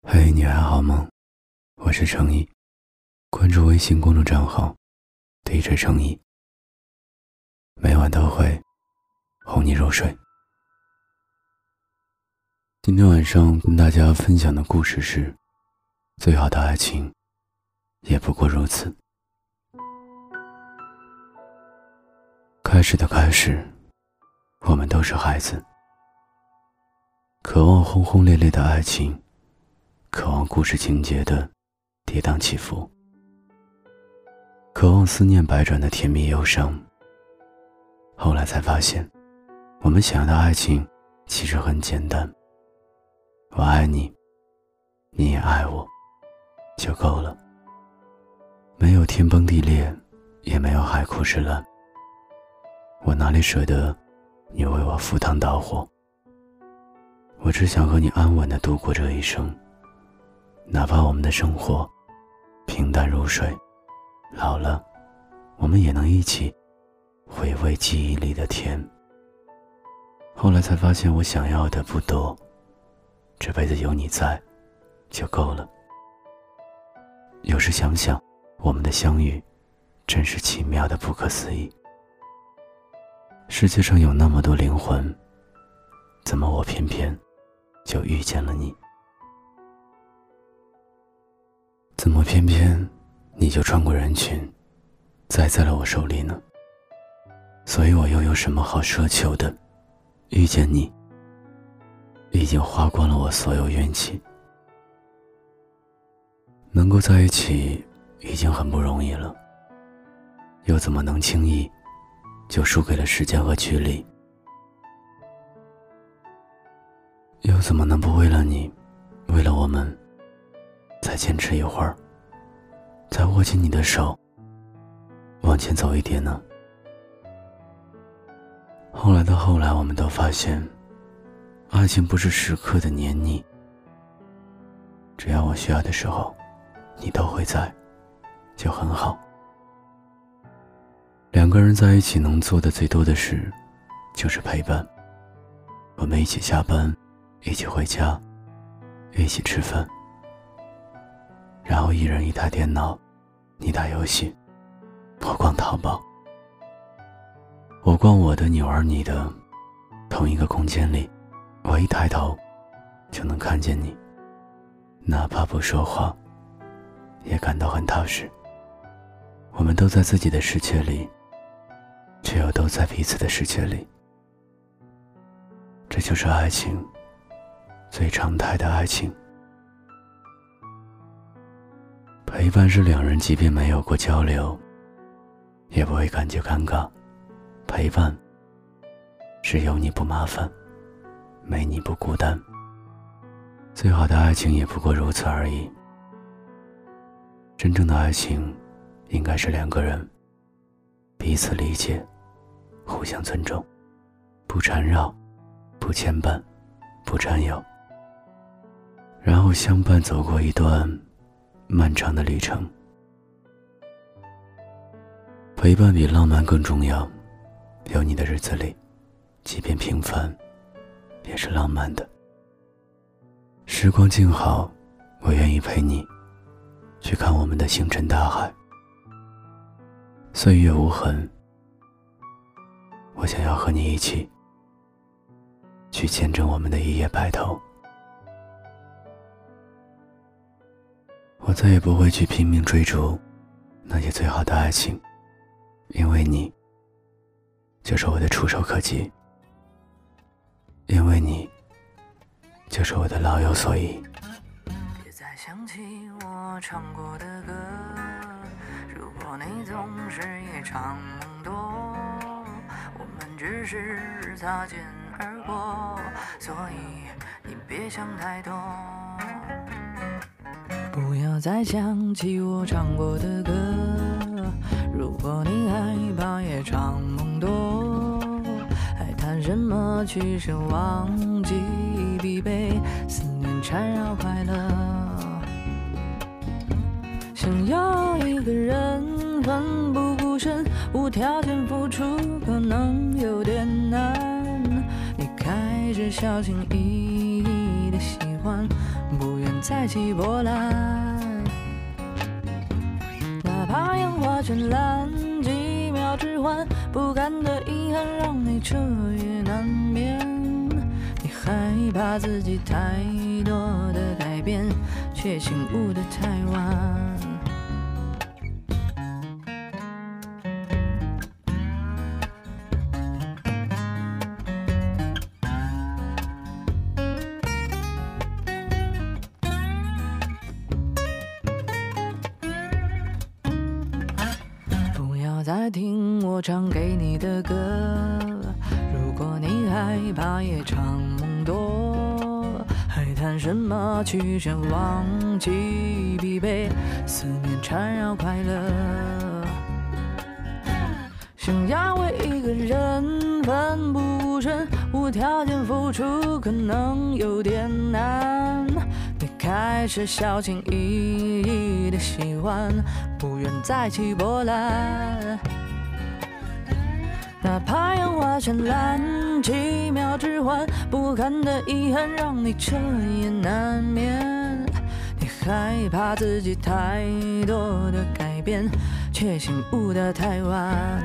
嘿，你还好吗？我是程毅，关注微信公众账号 DJ 程毅，每晚都会哄你入睡。今天晚上跟大家分享的故事是：最好的爱情也不过如此。开始的开始，我们都是孩子，渴望轰轰烈烈的爱情，渴望故事情节的跌宕起伏，渴望思念百转的甜蜜忧伤。后来才发现，我们想要的爱情其实很简单，我爱你，你也爱我，就够了。没有天崩地裂，也没有海枯石烂，我哪里舍得你为我赴汤蹈火？我只想和你安稳地度过这一生，哪怕我们的生活平淡如水，老了我们也能一起回味记忆里的甜。后来才发现，我想要的不多，这辈子有你在就够了。有时想想，我们的相遇真是奇妙的不可思议。世界上有那么多灵魂，怎么我偏偏就遇见了你？怎么偏偏你就穿过人群，栽在了我手里呢？所以我又有什么好奢求的？遇见你已经花光了我所有运气。能够在一起已经很不容易了，又怎么能轻易就输给了时间和距离？又怎么能不为了你，为了我们，再坚持一会儿，再握紧你的手，往前走一点呢？后来的后来，我们都发现，爱情不是时刻的黏腻，只要我需要的时候，你都会在，就很好。两个人在一起能做的最多的事，就是陪伴。我们一起下班，一起回家，一起吃饭，然后一人一台电脑，你打游戏，我逛淘宝，我逛我的，你玩你的，同一个空间里，我一抬头就能看见你，哪怕不说话，也感到很踏实。我们都在自己的世界里，却又都在彼此的世界里。这就是爱情，最常态的爱情。陪伴是两人即便没有过交流，也不会感觉尴尬。陪伴是有你不麻烦，没你不孤单。最好的爱情也不过如此而已。真正的爱情应该是两个人彼此理解，互相尊重，不缠绕，不牵绊，不占有，然后相伴走过一段漫长的旅程。陪伴比浪漫更重要，有你的日子里，即便平凡，也是浪漫的。时光静好，我愿意陪你去看我们的星辰大海。岁月无痕，我想要和你一起去见证我们的一夜白头。我再也不会去拼命追逐那些最好的爱情，因为你就是我的触手可及，因为你就是我的老有所依。 别再想起我唱过的歌，如果你总是夜长梦多，我们只是擦肩而过，所以你别想太多。不要再想起我唱过的歌，如果你害怕夜长梦多，还谈什么去奢忘记疲惫，思念缠绕快乐。想要一个人奋不顾身，无条件付出可能有点难，你开始小心翼翼的喜欢，不愿再起波澜。哪怕烟花绚烂，几秒之欢，不甘的遗憾让你彻夜难眠。你害怕自己太多的改变，却醒悟的太晚。再听我唱给你的歌，如果你害怕夜长梦多，还谈什么曲线忘记疲惫，思念缠绕快乐。想要为一个人奋不顾身，无条件付出可能有点难。你开始小心翼翼的喜欢，不愿再起波澜。哪怕烟花绚烂，几秒之欢，不堪的遗憾让你彻夜难眠。你害怕自己太多的改变，却醒悟的太晚。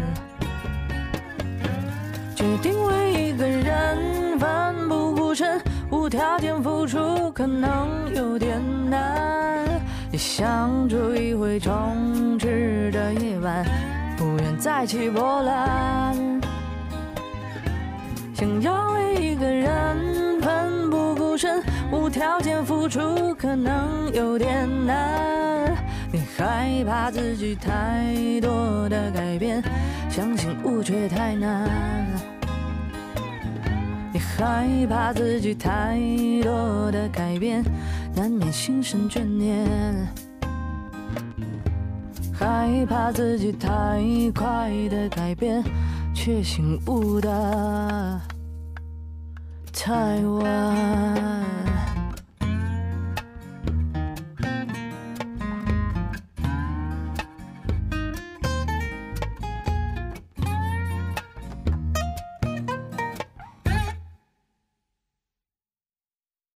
决定为一个人奋不顾身，无条件付出可能有点难。你想住一回充斥的夜晚，不愿再起波澜。想要为一个人奋不顾身，无条件付出可能有点难。你害怕自己太多的改变，相信悟却太难。你害怕自己太多的改变，难免心生眷恋。害怕自己太快的改变，却醒悟的太晚。